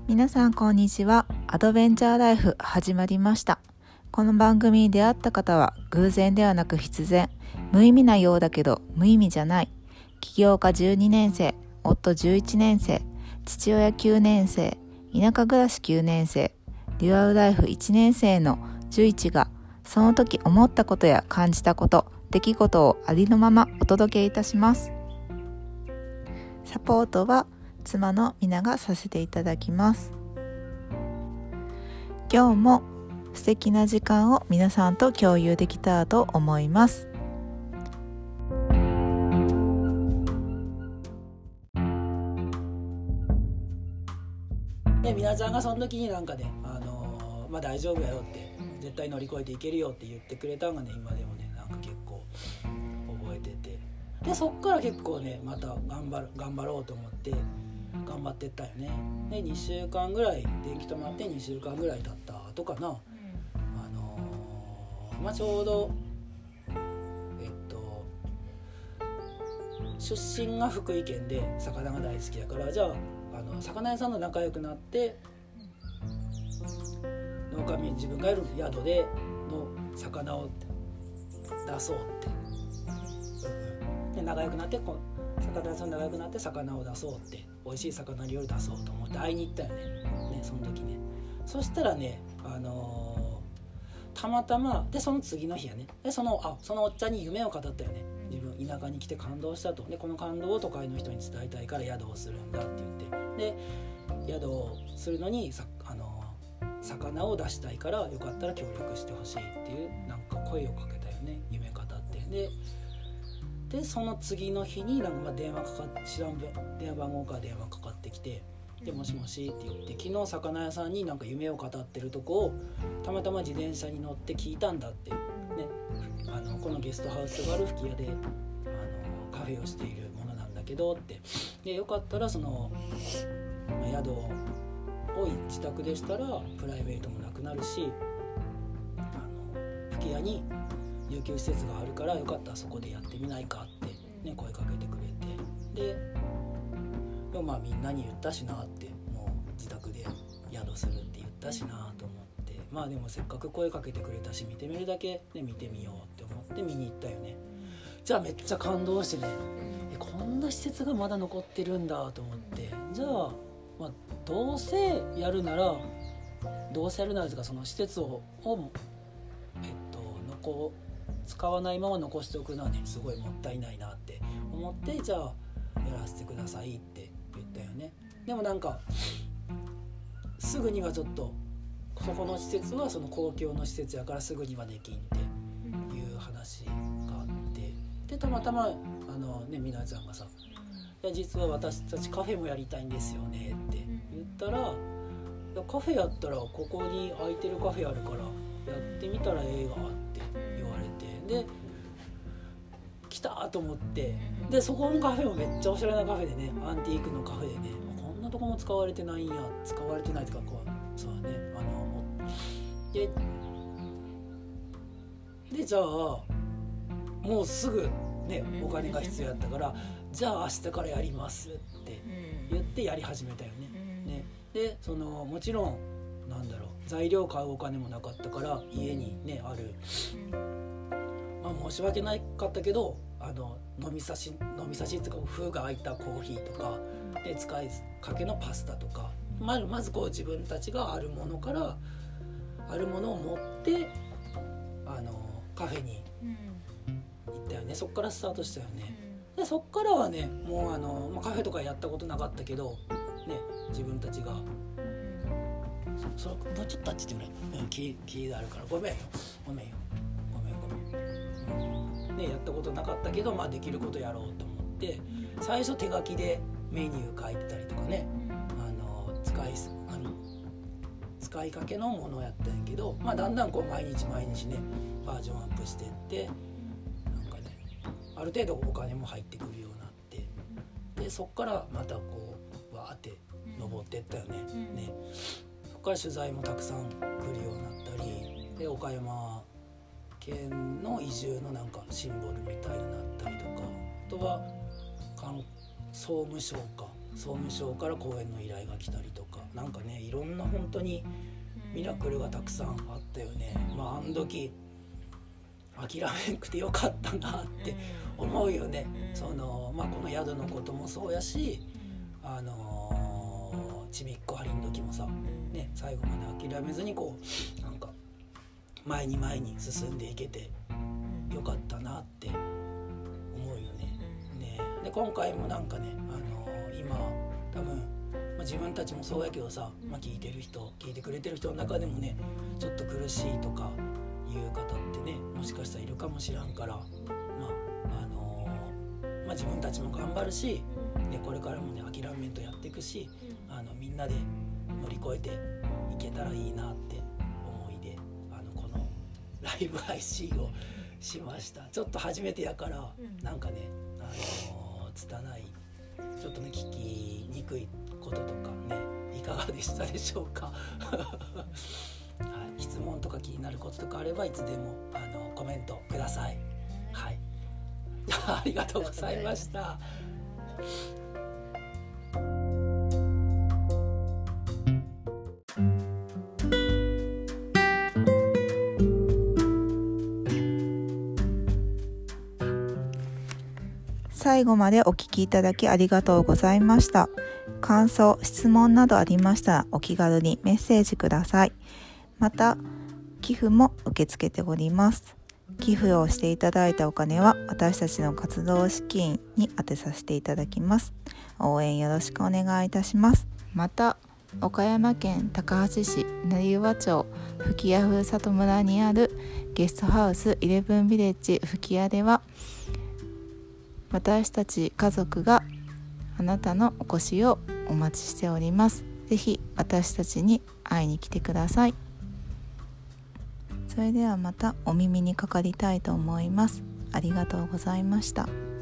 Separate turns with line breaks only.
皆さんこんにちは。アドベンチャーライフ始まりました。この番組に出会った方は偶然ではなく必然、無意味なようだけど無意味じゃない。起業家12年生、夫11年生、父親9年生、田舎暮らし9年生、デュアルライフ1年生の11がその時思ったことや感じたこと、出来事をありのままお届けいたします。サポートは妻のみながさせていただきます。今日も素敵な時間を皆さんと共有できたらと思います。
で皆さんがその時になんかね、大丈夫やよって絶対乗り越えていけるよって言ってくれたのがね、今でもねなんか結構覚えてて、でそっから結構ねまた頑張ろうと思って頑張ってったよね。で2週間ぐらい電気止まって2週間ぐらい経った後かな、ちょうど出身が福井県で魚が大好きだから、じゃあ魚屋さんと仲良くなって自分がいる宿での魚を出そうって、で仲良くなって魚屋さんと仲良くなって魚を出そうって、美味しい魚料理出そうと思って会いに行ったよね。その時ね、そしたらね、たまたまでその次の日やね、でそのおっちゃんに夢を語ったよね。自分田舎に来て感動したと。でこの感動を都会の人に伝えたいから宿をするんだって言って、で宿をするのに魚を出したいからよかったら協力してほしいっていうなんか声をかけたよね、夢語って。でその次の日になんか電話かかって、知らん電話番号から電話かかってきて、でもしもしって言って、昨日魚屋さんになんか夢を語ってるとこをたまたま自転車に乗って聞いたんだってね。このゲストハウスがある吹き屋でカフェをしているものなんだけどって、でよかったらその宿を自宅でしたらプライベートもなくなるし、吹き屋に有給施設があるからよかったらそこでやってみないかってね声かけてくれて、でもみんなに言ったしなって、もう自宅で宿するって言ったしなと思って、でもせっかく声かけてくれたし見てみるだけね見てみようって思って見に行ったよね。じゃあめっちゃ感動してね、こんな施設がまだ残ってるんだと思って、じゃあどうせやるならというか、その施設を使わないまま残しておくのはねすごいもったいないなって思って、じゃあやらせてくださいって言ったよね。でもなんかすぐにはちょっとそこの施設はその公共の施設やからすぐにはできんっていう話があって、でたまたまみなちゃんがさ、いや実は私たちカフェもやりたいんですよねって言ったら、いやカフェやったらここに空いてるカフェあるからやってみたらええがって言われて、で来たと思って、でそこのカフェもめっちゃおしゃれなカフェでね、アンティークのカフェでね、こんなとこも使われてないんや、使われてないとかそうね、でじゃあもうすぐねお金が必要やったから、じゃあ明日からやりますって言ってやり始めたよね。でもちろん材料買うお金もなかったから家にねある、申し訳なかったけど飲み差しっていうか封が開いたコーヒーとかで使いかけのパスタとか、まずこう自分たちがあるものからあるものを持ってカフェに行ったよね。そっからスタートしたよね。でそっからはねもうカフェとかやったことなかったけどね、自分たちがもうちょっとあっち行ってくれ、気があるからごめんよね、やったことなかったけどできることやろうと思って、最初手書きでメニュー書いてたりとかね、使いかけのものをやったんやけど、だんだんこう毎日ねバージョンアップしていって、なんかねある程度お金も入ってくるようになって、でそっからまたこうわーって登っていったよね。そっから取材もたくさん来るようになったりで、岡山県の移住のなんかシンボルみたいになったりとか、あとは総務省か総務省から講演の依頼が来たりとか、なんかねいろんな本当にミラクルがたくさんあったよね。あの時諦めなくてよかったなって思うよね。この宿のこともそうやし、ちびっこハリン時もさ、ね、最後まで諦めずになんか前に進んでいけてよかったなって思うよね。で今回もなんかね、今多分、自分たちもそうやけどさ、聞いてくれてる人の中でもね、ちょっと苦しいとかいう方ってね、もしかしたらいるかもしらんから、自分たちも頑張るし、ね、これからもね諦めんとやっていくし、みんなで乗り越えていけたらいいなって思いで、このライブ配信をしました。ちょっと初めてやから、なんかね、拙い、ちょっとね聞きにくいこととかね、いかがでしたでしょうか。はい、質問とか気になることとかあればいつでもコメントください。はい、ありがとうございました。
最後までお聞きいただきありがとうございました。感想、質問などありましたらお気軽にメッセージください。また、寄付も受け付けております。寄付をしていただいたお金は私たちの活動資金に充てさせていただきます。応援よろしくお願いいたします。また、岡山県高梁市成羽町吹屋ふるさと村にあるゲストハウスイレブンビレッジ吹屋では、私たち家族があなたのお越しをお待ちしております。ぜひ私たちに会いに来てください。それではまたお耳にかかりたいと思います。ありがとうございました。